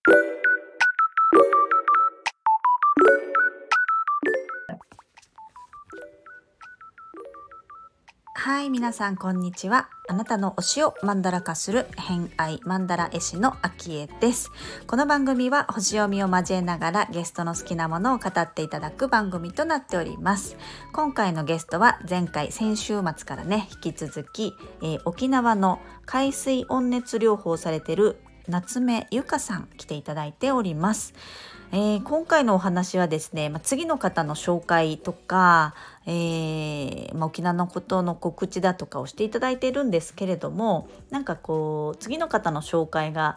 はい、皆さんこんにちは。あなたの推しをマンダラ化する偏愛マンダラ絵師のあきえです。この番組は星読みを交えながらゲストの好きなものを語っていただく番組となっております。今回のゲストは先週末からね引き続き、沖縄の海水温熱療法をされている夏目ゆかさん来ていただいております。今回のお話はですね、次の方の紹介とか、沖縄のことの告知だとかをしていただいているんですけれども、なんかこう次の方の紹介が、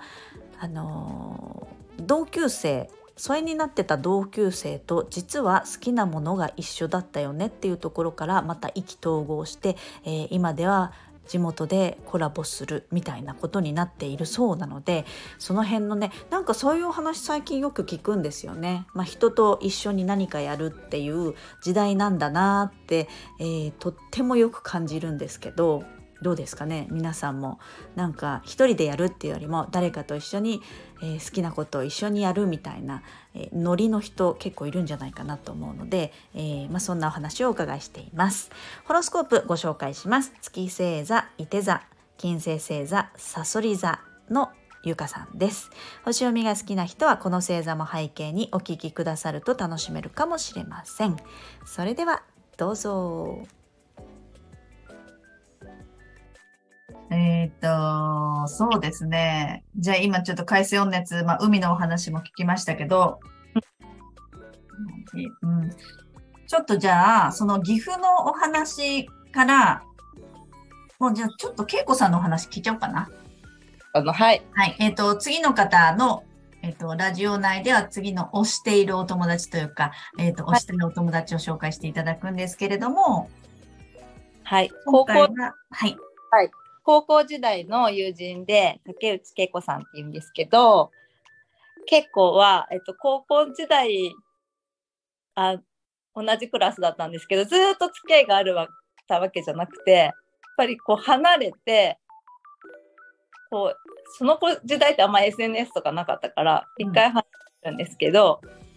同級生疎遠になってた同級生と実は好きなものが一緒だったよねっていうところからまた意気投合して、今では地元でコラボするみたいなことになっているそうなので、その辺のね、なんかそういうお話最近よく聞くんですよね。人と一緒に何かやるっていう時代なんだなって、とってもよく感じるんですけど、どうですかね、皆さんもなんか一人でやるっていうよりも誰かと一緒に、好きなことを一緒にやるみたいな、ノリの人結構いるんじゃないかなと思うので、そんなお話をお伺いしています。ホロスコープご紹介します。月星座いて座、金星星座さそり座のゆかさんです。星読みが好きな人はこの星座も背景にお聞きくださると楽しめるかもしれません。それではどうぞ。 そうですね。じゃあ今ちょっと海水温熱、海のお話も聞きましたけど、ちょっとじゃあ、その岐阜のお話から、もうじゃあちょっと恵子さんのお話聞いちゃおうかな。 はい。 はい。次の方の、ラジオ内では次の推しているお友達というか、推しているお友達を紹介していただくんですけれども、 はい。 今回は、はい。 はい。高校時代の友人で竹内恵子さんって言うんですけど、恵子は、高校時代同じクラスだったんですけど、ずっと付き合いがあるわけじゃなくて、やっぱりこう離れて、こうその時代ってあんま SNS とかなかったから一回離れるんですけど、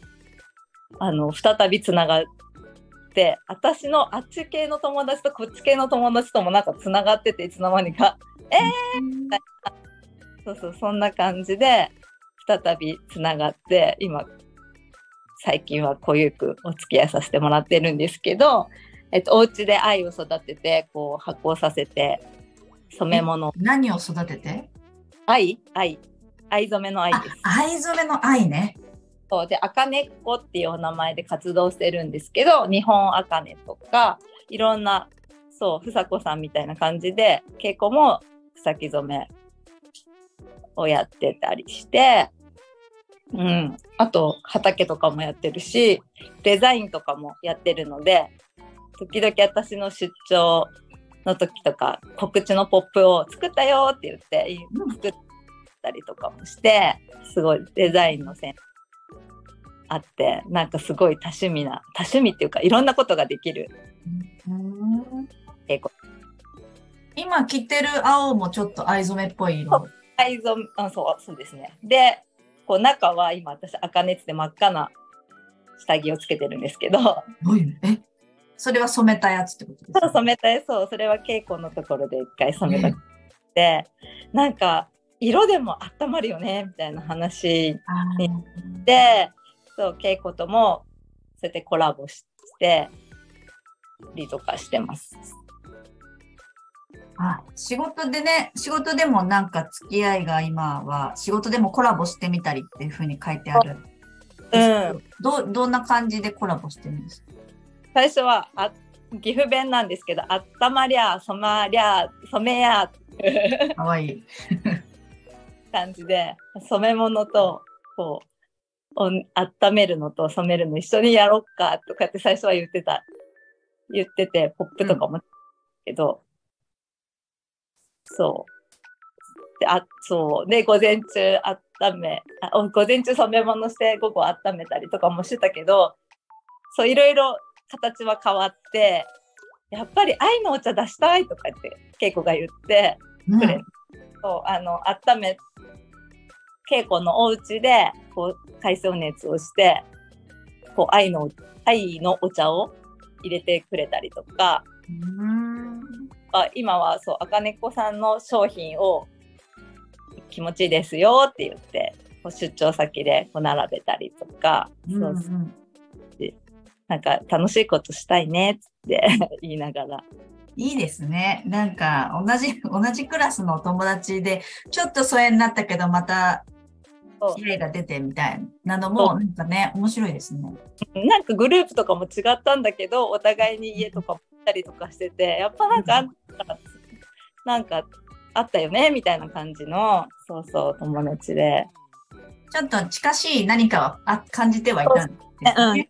再びつながって私のあっち系の友達とこっち系の友達ともなんかつながってて、いつの間にかみたいな、そうそんな感じで再びつながって、今最近は濃ゆくお付き合いさせてもらってるんですけど、お家で藍を育ててこう発酵させて染め物。 何を育てて？ 藍染めの藍です。 藍染めの藍ね。 そうで、あかねっこっていうお名前で活動してるんですけど、日本あかねとかいろんな、ふさこさんみたいな感じで恵子も草木染めをやってたりして、あと畑とかもやってるし、デザインとかもやってるので、時々私の出張の時とか告知のポップを作ったよって言って作ったりとかもして、すごいデザインのセンスあって、なんかすごい多趣味っていうかいろんなことができる。 今着てる青もちょっと藍染めっぽい色。 藍染め、そうですね。でこう中は今私赤熱で真っ赤な下着をつけてるんですけど。 それは染めたやつってことですか？ そう、染めたやつ。それは稽古のところで一回染めたで、なんか色でも温まるよねみたいな話にで、稽古ともそうやってコラボしてりとかしてます。 仕事でもなんか付き合いが今は仕事でもコラボしてみたりっていう風に書いてある。どんな感じでコラボしてるんですか？ 最初は岐阜弁なんですけど、あったまりゃ染まりゃ染めやかわいい感じで、染め物とこう温めるのと染めるの一緒にやろっかとかって最初は言ってて、ポップとかもけど、で午前中午前中染め物して午後温めたりとかもしてたけど、いろいろ形は変わって、やっぱり愛のお茶出したいとかって恵子が言ってくれ、温め稽古のお家でこう海藻熱をしてこう愛のお茶を入れてくれたりとか、今はそう赤猫さんの商品を気持ちいいですよって言ってこう出張先でこう並べたりとか、なんか楽しいことしたいねって言いながら。 いいですね。なんか同じクラスのお友達でちょっと疎遠になったけどまた気合が出てみたいなのもなんかね面白いですね。 なんかグループとかも違ったんだけどお互いに家とかも行ったりとかしてて、やっぱなんかあったよねみたいな感じの友達で、 ちょっと近しい何かは感じてはいたんですね。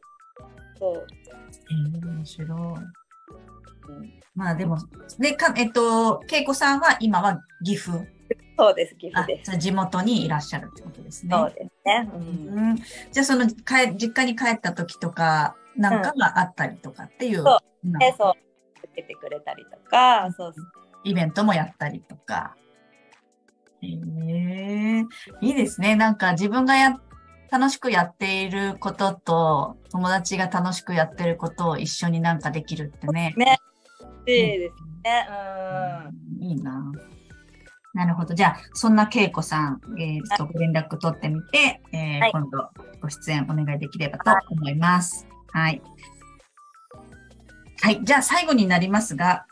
面白い。まあでも恵子さんは今は岐阜。 そうです、岐阜です。 地元にいらっしゃるってことですね。 そうですね。 じゃあその実家に帰った時とかなんかがあったりとかっていう。 そう受けてくれたりとか、 イベントもやったりとか。いいですね。なんか自分が楽しくやっていることと友達が楽しくやってることを一緒になんかできるってね。 いいですね。 いいな。なるほど。じゃあ、そんな恵子さん、ご連絡取ってみて、今度ご出演お願いできればと思います。はい。はい。じゃあ、最後になりますが、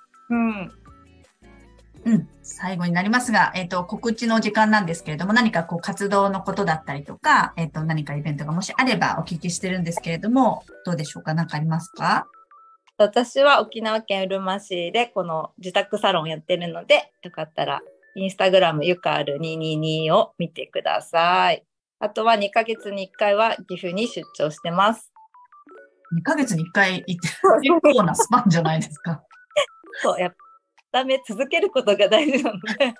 最後になりますが、告知の時間なんですけれども、何かこう活動のことだったりとか、何かイベントがもしあればお聞きしてるんですけれども、どうでしょうか？何かありますか？ 私は沖縄県うるま市でこの自宅サロンやってるので、よかったらインスタグラムゆかる222を見てください。あとは2ヶ月に1回は岐阜に出張してます。 2ヶ月に1回行って結構なスパンじゃないですか。 そう、やっぱ続けることが大事なので。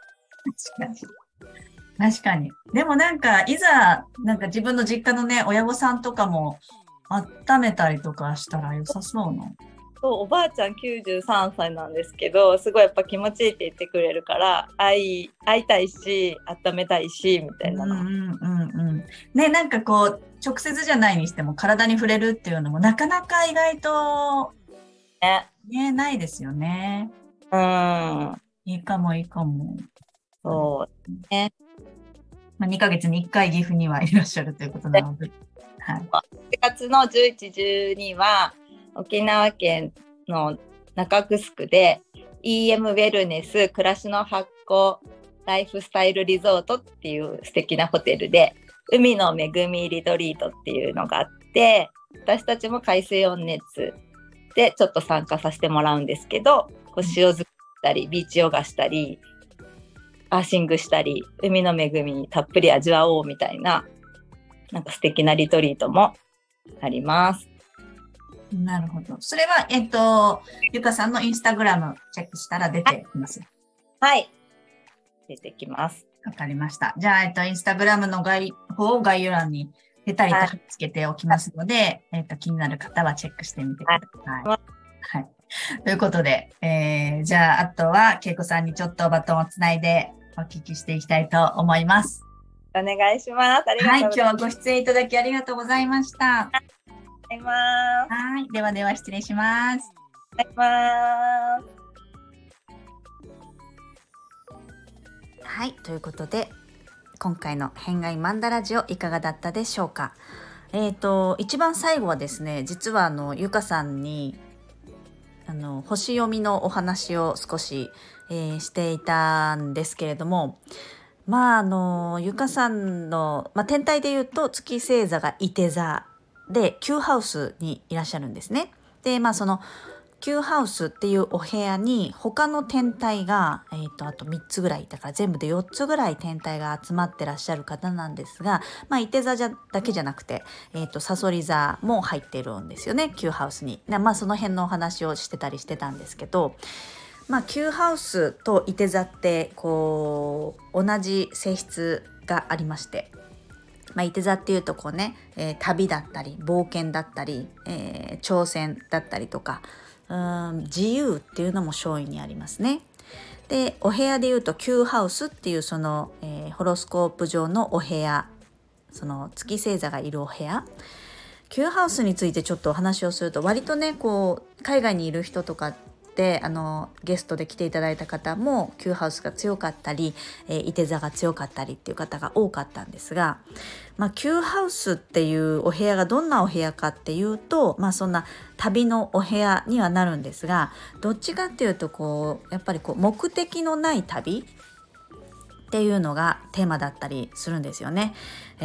確かに。でもなんかいざなんか自分の実家のね親御さんとかも温めたりとかしたら良さそうな。 そう、おばあちゃん93歳なんですけど、すごいやっぱ気持ちいいって言ってくれるから会いたいし温めたいしみたいなの。 ね、なんかこう直接じゃないにしても体に触れるっていうのもなかなか意外とねないですよね。いいかも。 そうね。 2ヶ月に1回岐阜にはいらっしゃるということなので。 はい、4月の11、12は沖縄県の中城で EM ウェルネス暮らしの発酵ライフスタイルリゾートっていう素敵なホテルで海の恵みリトリートっていうのがあって、私たちも海水温熱でちょっと参加させてもらうんですけど、こう塩漬けしたりビーチヨガしたりアーシングしたり海の恵みたっぷり味わおうみたいな、なんか素敵なリトリートもあります。 なるほど。それはゆかさんのインスタグラムチェックしたら出てきます。 はい、出てきます。 わかりました。じゃあインスタグラムの方を概要欄に出たりと貼っつけておきますので、気になる方はチェックしてみてください。はい。ということで、じゃああとは恵子さんにちょっとバトンをつないでお聞きしていきたいと思います。 お願いします。ありがとうございます。 はい、今日はご出演いただきありがとうございました。 はい、 では失礼します。はい、ということで今回の偏愛マンダラジオいかがだったでしょうか。一番最後はですね、実はゆかさんに星読みのお話を少し、していたんですけれども、ゆかさんの、天体でいうと月星座がいて座で9ハウスにいらっしゃるんですね。でその9ハウスっていうお部屋に他の天体が、あと3つぐらいだから全部で4つぐらい天体が集まってらっしゃる方なんですが、いて座だけじゃなくて、さそり座も入ってるんですよね、9ハウスに。その辺のお話をしてたりしてたんですけど、9ハウスといて座ってこう同じ性質がありまして、いて座っていうとこうね、旅だったり冒険だったり、挑戦だったりとか自由っていうのも勝因にありますね。 でお部屋でいうとQハウスっていうその、ホロスコープ上のお部屋、その月星座がいるお部屋、Qハウスについてちょっとお話をすると、割とねこう海外にいる人とかでゲストで来ていただいた方もQハウスが強かったり、いて座が強かったりっていう方が多かったんですが、Qハウスっていうお部屋がどんなお部屋かっていうと、そんな旅のお部屋にはなるんですが、どっちかっていうとこうやっぱりこう目的のない旅っていうのがテーマだったりするんですよね。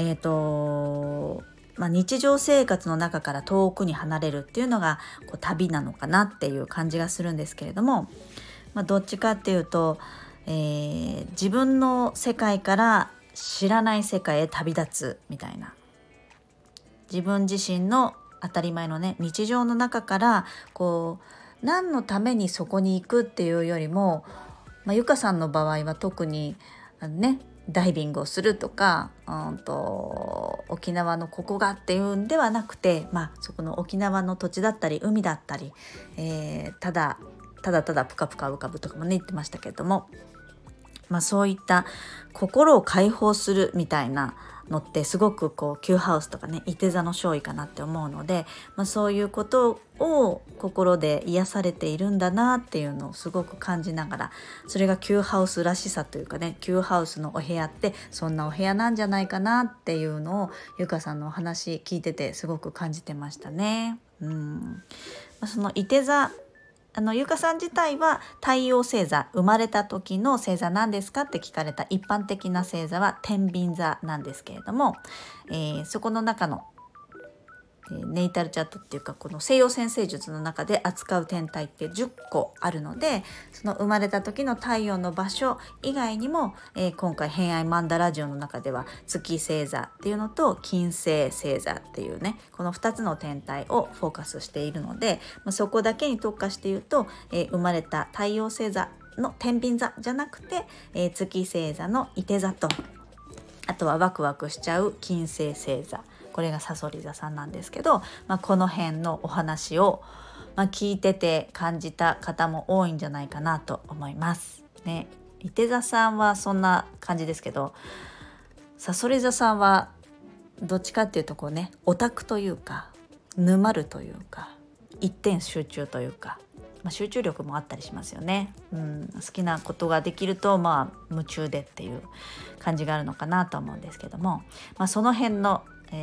日常生活の中から遠くに離れるっていうのがこう旅なのかなっていう感じがするんですけれども、どっちかっていうと、自分の世界から知らない世界へ旅立つみたいな、自分自身の当たり前のね日常の中からこう何のためにそこに行くっていうよりも、ゆかさんの場合は特にダイビングをするとか、沖縄のここがっていうんではなくて、そこの沖縄の土地だったり海だったり、ただプカプカ浮かぶとかもね言ってましたけれども、そういった心を解放するみたいなのってすごくこうQハウスとかねいて座の勝利かなって思うので、そういうことを心で癒されているんだなっていうのをすごく感じながら、それがQハウスらしさというかね、Qハウスのお部屋ってそんなお部屋なんじゃないかなっていうのをゆかさんのお話聞いててすごく感じてましたね。そのいて座、ゆかさん自体は太陽星座、生まれた時の星座なんですかって聞かれた一般的な星座は天秤座なんですけれども、そこの中のネイタルチャットっていうかこの西洋占星術の中で扱う天体って10個あるので、その生まれた時の太陽の場所以外にも、今回偏愛マンダラジオの中では月星座っていうのと金星星座っていうね、この2つの天体をフォーカスしているので、そこだけに特化して言うと、生まれた太陽星座の天秤座じゃなくて、月星座のいて座と、あとはワクワクしちゃう金星星座、これがさそり座さんなんですけど、この辺のお話を、聞いてて感じた方も多いんじゃないかなと思いますね。いて座さんはそんな感じですけど、さそり座さんはどっちかっていうとこうね、オタクというか沼るというか一点集中というか、集中力もあったりしますよね。好きなことができると夢中でっていう感じがあるのかなと思うんですけども、その辺の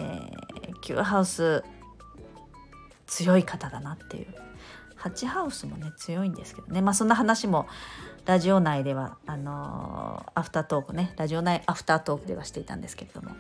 Qハウス強い方だなっていう、8ハウスもね強いんですけどね、そんな話もラジオ内ではアフタートークね、ラジオ内アフタートークではしていたんですけれども、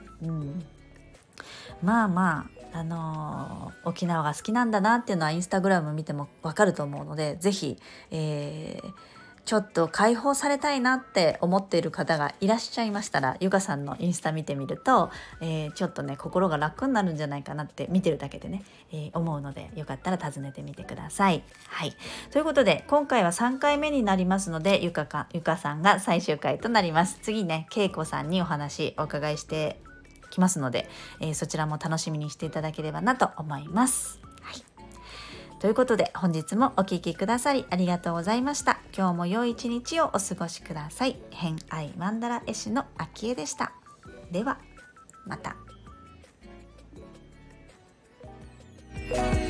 沖縄が好きなんだなっていうのはインスタグラム見てもわかると思うので、ぜひ、ちょっと解放されたいなって思っている方がいらっしゃいましたら、ゆかさんのインスタ見てみると、ちょっとね心が楽になるんじゃないかなって見てるだけでね、思うので、よかったら訪ねてみてください。ということで今回は3回目になりますので、ゆかさんが最終回となります。次ねけいこさんにお話お伺いしてきますので、そちらも楽しみにしていただければなと思います。ということで本日もお聞きくださりありがとうございました。今日も良い一日をお過ごしください。偏愛マンダラ絵師のあきえでした。ではまた。